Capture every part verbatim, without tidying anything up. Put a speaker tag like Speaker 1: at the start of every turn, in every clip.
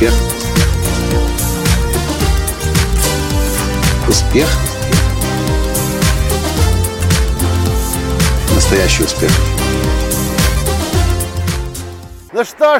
Speaker 1: Успех. Успех. Настоящий успех.
Speaker 2: Ну что ж,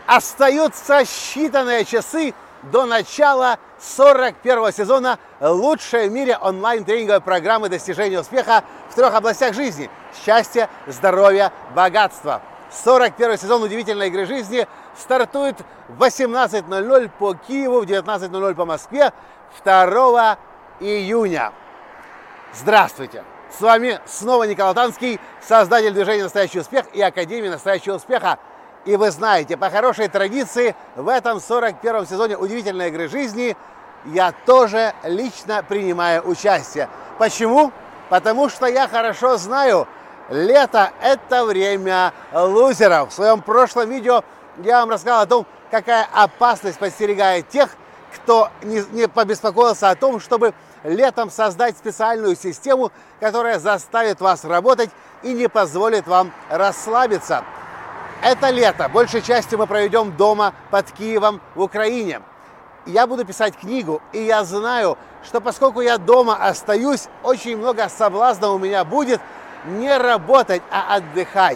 Speaker 2: остаются считанные часы до начала сорок первого сезона лучшей в мире онлайн-тренинговой программы достижения успеха в трех областях жизни – счастья, здоровья, богатства. сорок первый сезон удивительной игры жизни стартует в восемнадцать ноль ноль по Киеву, в девятнадцать ноль ноль по Москве второго июня. Здравствуйте! С вами снова Николай Танский, создатель движения «Настоящий успех» и Академии «Настоящего успеха». И вы знаете, по хорошей традиции, в этом сорок первом сезоне удивительной игры жизни я тоже лично принимаю участие. Почему? Потому что я хорошо знаю, лето – это время лузеров. В своем прошлом видео я вам рассказал о том, какая опасность подстерегает тех, кто не, не побеспокоился о том, чтобы летом создать специальную систему, которая заставит вас работать и не позволит вам расслабиться. Это лето, большей частью мы проведем дома под Киевом в Украине. Я буду писать книгу, и я знаю, что поскольку я дома остаюсь, очень много соблазнов у меня будет не работать, а отдыхать.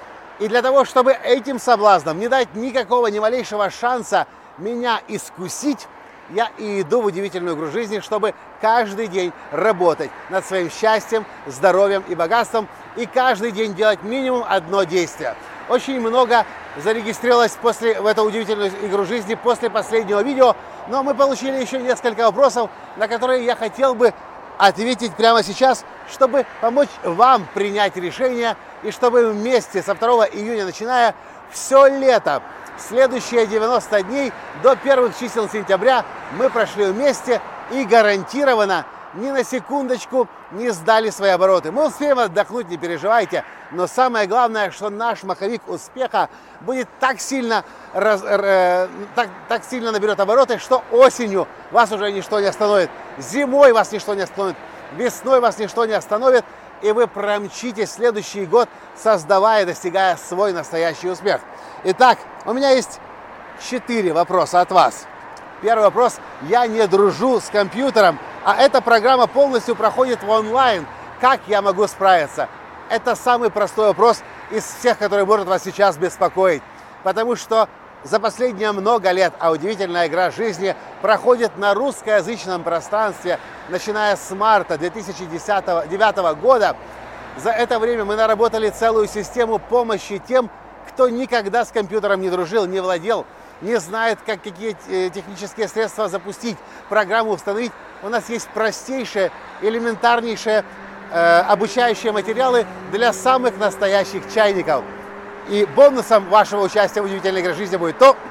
Speaker 2: И для того, чтобы этим соблазнам не дать никакого, ни малейшего шанса меня искусить, я и иду в удивительную игру жизни, чтобы каждый день работать над своим счастьем, здоровьем и богатством, и каждый день делать минимум одно действие. Очень много зарегистрировалось после, в эту удивительную игру жизни после последнего видео, но мы получили еще несколько вопросов, на которые я хотел бы ответить прямо сейчас, чтобы помочь вам принять решение, и чтобы вместе со второго июня, начиная все лето, следующие девяносто дней до первых чисел сентября, мы прошли вместе и гарантированно ни на секундочку не сдали свои обороты. Мы успеем отдохнуть, не переживайте, но самое главное, что наш маховик успеха будет так сильно, раз, э, так, так сильно наберет обороты, что осенью вас уже ничто не остановит, зимой вас ничто не остановит, весной вас ничто не остановит, и вы промчитесь следующий год, создавая, достигая свой настоящий успех. Итак, у меня есть четыре вопроса от вас. Первый вопрос. Я не дружу с компьютером, а эта программа полностью проходит в онлайн. Как я могу справиться? Это самый простой вопрос из всех, который может вас сейчас беспокоить. Потому что за последние много лет, а удивительная игра жизни проходит на русскоязычном пространстве, начиная с марта две тысячи девятого года. За это время мы наработали целую систему помощи тем, кто никогда с компьютером не дружил, не владел, не знает, как, какие технические средства запустить, программу установить. У нас есть простейшие, элементарнейшие э, обучающие материалы для самых настоящих чайников. И бонусом вашего участия в удивительной игре жизни будет то,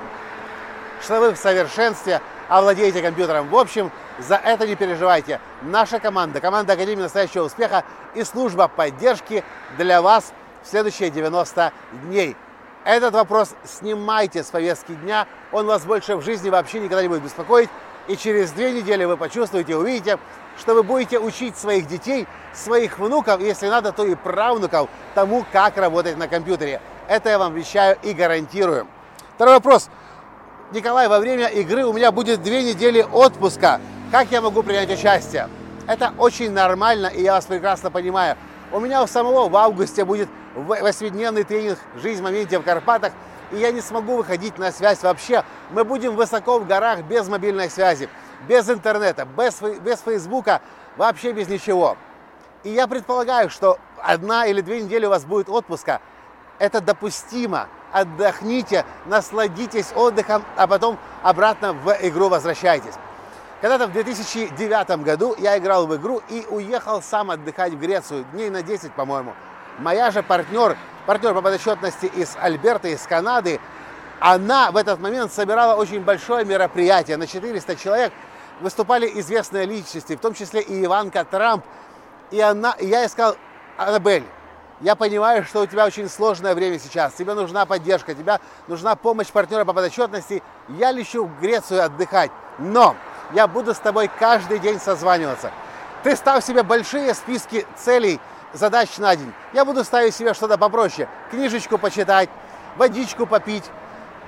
Speaker 2: что вы в совершенстве овладеете компьютером. В общем, за это не переживайте. Наша команда, команда Академии Настоящего Успеха и служба поддержки для вас в следующие девяносто дней. Этот вопрос снимайте с повестки дня, он вас больше в жизни вообще никогда не будет беспокоить. И через две недели вы почувствуете, увидите, что вы будете учить своих детей, своих внуков, если надо, то и правнуков, тому, как работать на компьютере. Это я вам обещаю и гарантирую. Второй вопрос. Николай, во время игры у меня будет две недели отпуска. Как я могу принять участие? Это очень нормально, и я вас прекрасно понимаю. У меня у самого в августе будет восьмидневный тренинг «Жизнь в моменте» в Карпатах, и я не смогу выходить на связь вообще. Мы будем высоко в горах, без мобильной связи, без интернета, без, без Фейсбука, вообще без ничего. И я предполагаю, что одна или две недели у вас будет отпуска. Это допустимо. Отдохните, насладитесь отдыхом, а потом обратно в игру возвращайтесь. Когда-то в две тысячи девятом году я играл в игру и уехал сам отдыхать в Грецию, дней на десять, по-моему. Моя же партнер, партнер по подотчетности из Альберты, из Канады, она в этот момент собирала очень большое мероприятие на четыреста человек. Выступали известные личности, в том числе и Иванка Трамп. И, она, и я ей сказал: Аннабель, я понимаю, что у тебя очень сложное время сейчас, тебе нужна поддержка, тебе нужна помощь партнера по подотчетности. Я лечу в Грецию отдыхать, но я буду с тобой каждый день созваниваться. Ты ставь себе большие списки целей, задач на день. Я буду ставить себе что-то попроще. Книжечку почитать, водичку попить,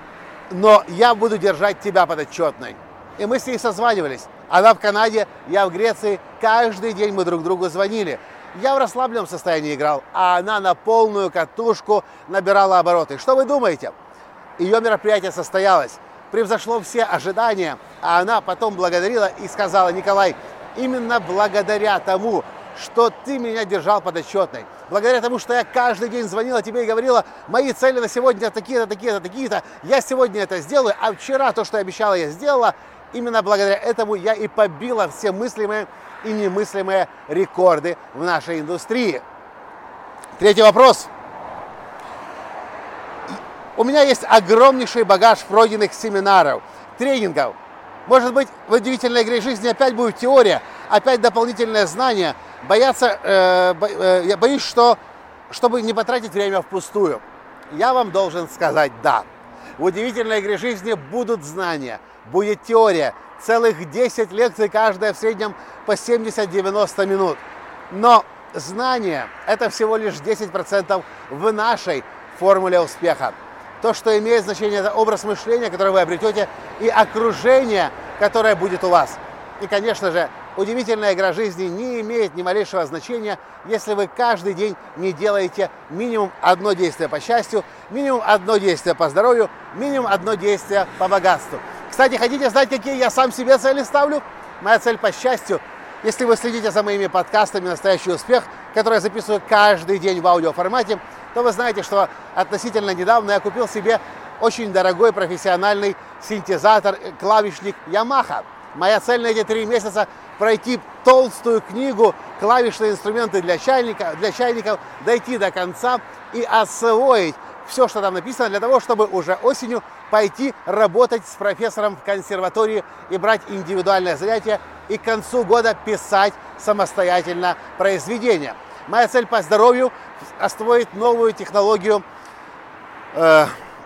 Speaker 2: но я буду держать тебя подотчетной. И мы с ней созванивались. Она в Канаде, я в Греции. Каждый день мы друг другу звонили. Я в расслабленном состоянии играл, а она на полную катушку набирала обороты. Что вы думаете? Ее мероприятие состоялось, превзошло все ожидания, а она потом благодарила и сказала: Николай, именно благодаря тому, что ты меня держал подотчетной, благодаря тому, что я каждый день звонила тебе и говорила: мои цели на сегодня такие-то, такие-то, такие-то, я сегодня это сделаю, а вчера то, что я обещала, я сделала. Именно благодаря этому я и побила все мыслимые и немыслимые рекорды в нашей индустрии. Третий вопрос. У меня есть огромнейший багаж пройденных семинаров, тренингов. Может быть, в удивительной игре жизни опять будет теория, опять дополнительное знание. Бояться, э, бо, э, я боюсь, что, чтобы не потратить время впустую. Я вам должен сказать да. В удивительной игре жизни будут знания, будет теория. Целых десять лекций, каждая в среднем по семьдесят-девяносто минут. Но знания – это всего лишь десять процентов в нашей формуле успеха. То, что имеет значение, это образ мышления, который вы обретете, и окружение, которое будет у вас. И, конечно же, удивительная игра жизни не имеет ни малейшего значения, если вы каждый день не делаете минимум одно действие по счастью, минимум одно действие по здоровью, минимум одно действие по богатству. Кстати, хотите знать, какие я сам себе цели ставлю? Моя цель по счастью, если вы следите за моими подкастами «Настоящий успех», которые я записываю каждый день в аудиоформате, то вы знаете, что относительно недавно я купил себе очень дорогой профессиональный синтезатор, клавишник Yamaha. Моя цель на эти три месяца – пройти толстую книгу «Клавишные инструменты для чайника, для чайников», дойти до конца и освоить все, что там написано, для того, чтобы уже осенью пойти работать с профессором в консерватории и брать индивидуальное занятие и к концу года писать самостоятельно произведения. Моя цель по здоровью – освоить новую технологию. Э,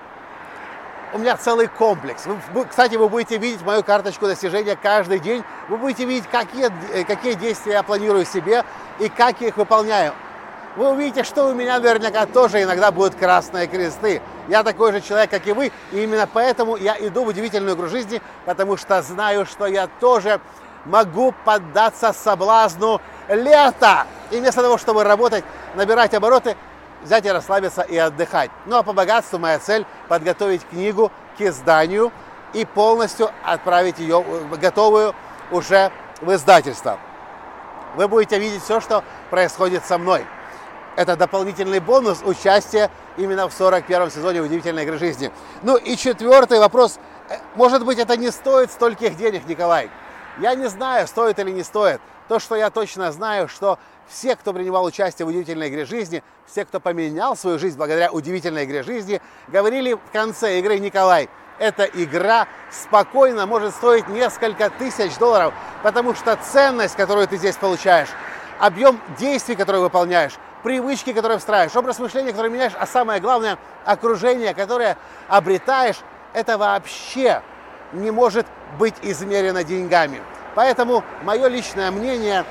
Speaker 2: у меня целый комплекс. Вы, кстати, вы будете видеть мою карточку достижения каждый день. Вы будете видеть, какие, какие действия я планирую себе и как я их выполняю. Вы увидите, что у меня наверняка тоже иногда будут красные кресты. Я такой же человек, как и вы, и именно поэтому я иду в удивительную игру жизни, потому что знаю, что я тоже могу поддаться соблазну лета. И вместо того, чтобы работать, набирать обороты, взять и расслабиться и отдыхать. Ну а по богатству моя цель – подготовить книгу к изданию и полностью отправить ее готовую уже в издательство. Вы будете видеть все, что происходит со мной. Это дополнительный бонус участия именно в сорок первом сезоне «Удивительной игры жизни». Ну и четвертый вопрос. Может быть, это не стоит стольких денег, Николай? Я не знаю, стоит или не стоит. То, что я точно знаю, что все, кто принимал участие в «Удивительной игре жизни», все, кто поменял свою жизнь благодаря «Удивительной игре жизни», говорили в конце игры: Николай, эта игра спокойно может стоить несколько тысяч долларов, потому что ценность, которую ты здесь получаешь, объем действий, которые выполняешь, привычки, которые встраиваешь, образ мышления, который меняешь, а самое главное, окружение, которое обретаешь, это вообще не может быть измерено деньгами. Поэтому мое личное мнение,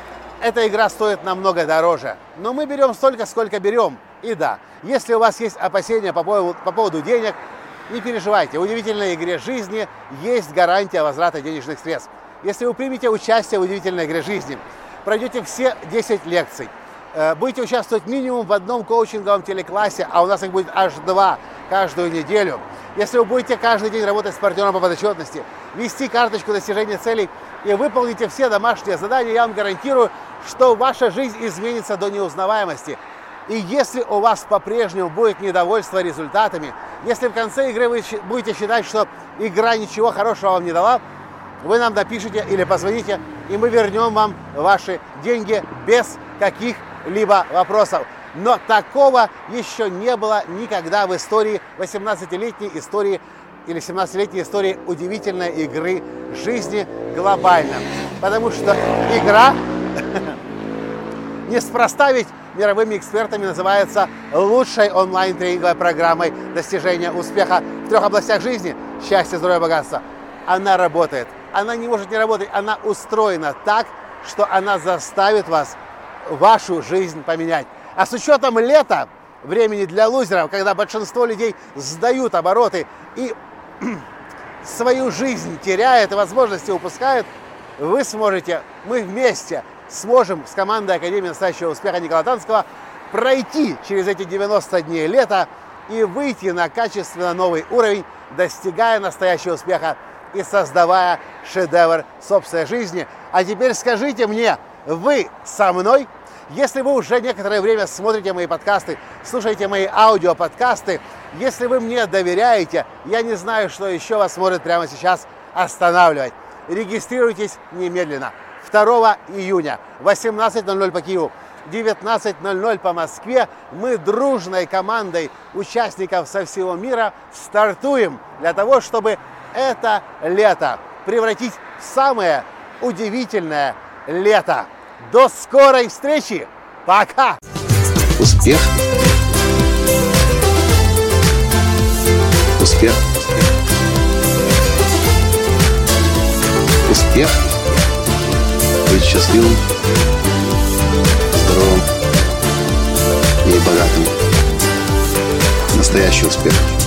Speaker 2: эта игра стоит намного дороже. Но мы берем столько, сколько берем. И да, если у вас есть опасения по поводу, по поводу денег, не переживайте. В удивительной игре жизни есть гарантия возврата денежных средств. Если вы примете участие в удивительной игре жизни, пройдете все десять лекций, будете участвовать минимум в одном коучинговом телеклассе, а у нас их будет аж два каждую неделю. Если вы будете каждый день работать с партнером по подотчетности, вести карточку достижения целей и выполните все домашние задания, я вам гарантирую, что ваша жизнь изменится до неузнаваемости. И если у вас по-прежнему будет недовольство результатами, если в конце игры вы будете считать, что игра ничего хорошего вам не дала, вы нам напишите или позвоните, и мы вернем вам ваши деньги без каких-либо вопросов. Но такого еще не было никогда в истории, восемнадцатилетней истории или семнадцатилетней истории удивительной игры жизни глобально. Потому что игра, неспроста ведь мировыми экспертами называется лучшей онлайн-тренинговой программой достижения успеха в трех областях жизни: счастье, здоровье, богатство. Она работает. Она не может не работать. Она устроена так, что она заставит вас вашу жизнь поменять. А с учетом лета, времени для лузеров, когда большинство людей сдают обороты и свою жизнь теряет и возможности упускает, вы сможете, мы вместе сможем с командой Академии настоящего успеха Николая Танского пройти через эти девяносто дней лета и выйти на качественно новый уровень, достигая настоящего успеха и создавая шедевр собственной жизни. А теперь скажите мне, вы со мной? Если вы уже некоторое время смотрите мои подкасты, слушаете мои аудиоподкасты, если вы мне доверяете, я не знаю, что еще вас может прямо сейчас останавливать. Регистрируйтесь немедленно. второго июня, восемнадцать ноль ноль по Киеву, девятнадцать ноль ноль по Москве, мы дружной командой участников со всего мира стартуем для того, чтобы это лето превратить в самое удивительное лето. До скорой встречи! Пока!
Speaker 1: Успех. Успех. Успех. Быть счастливым, здоровым и богатым. Настоящий успех.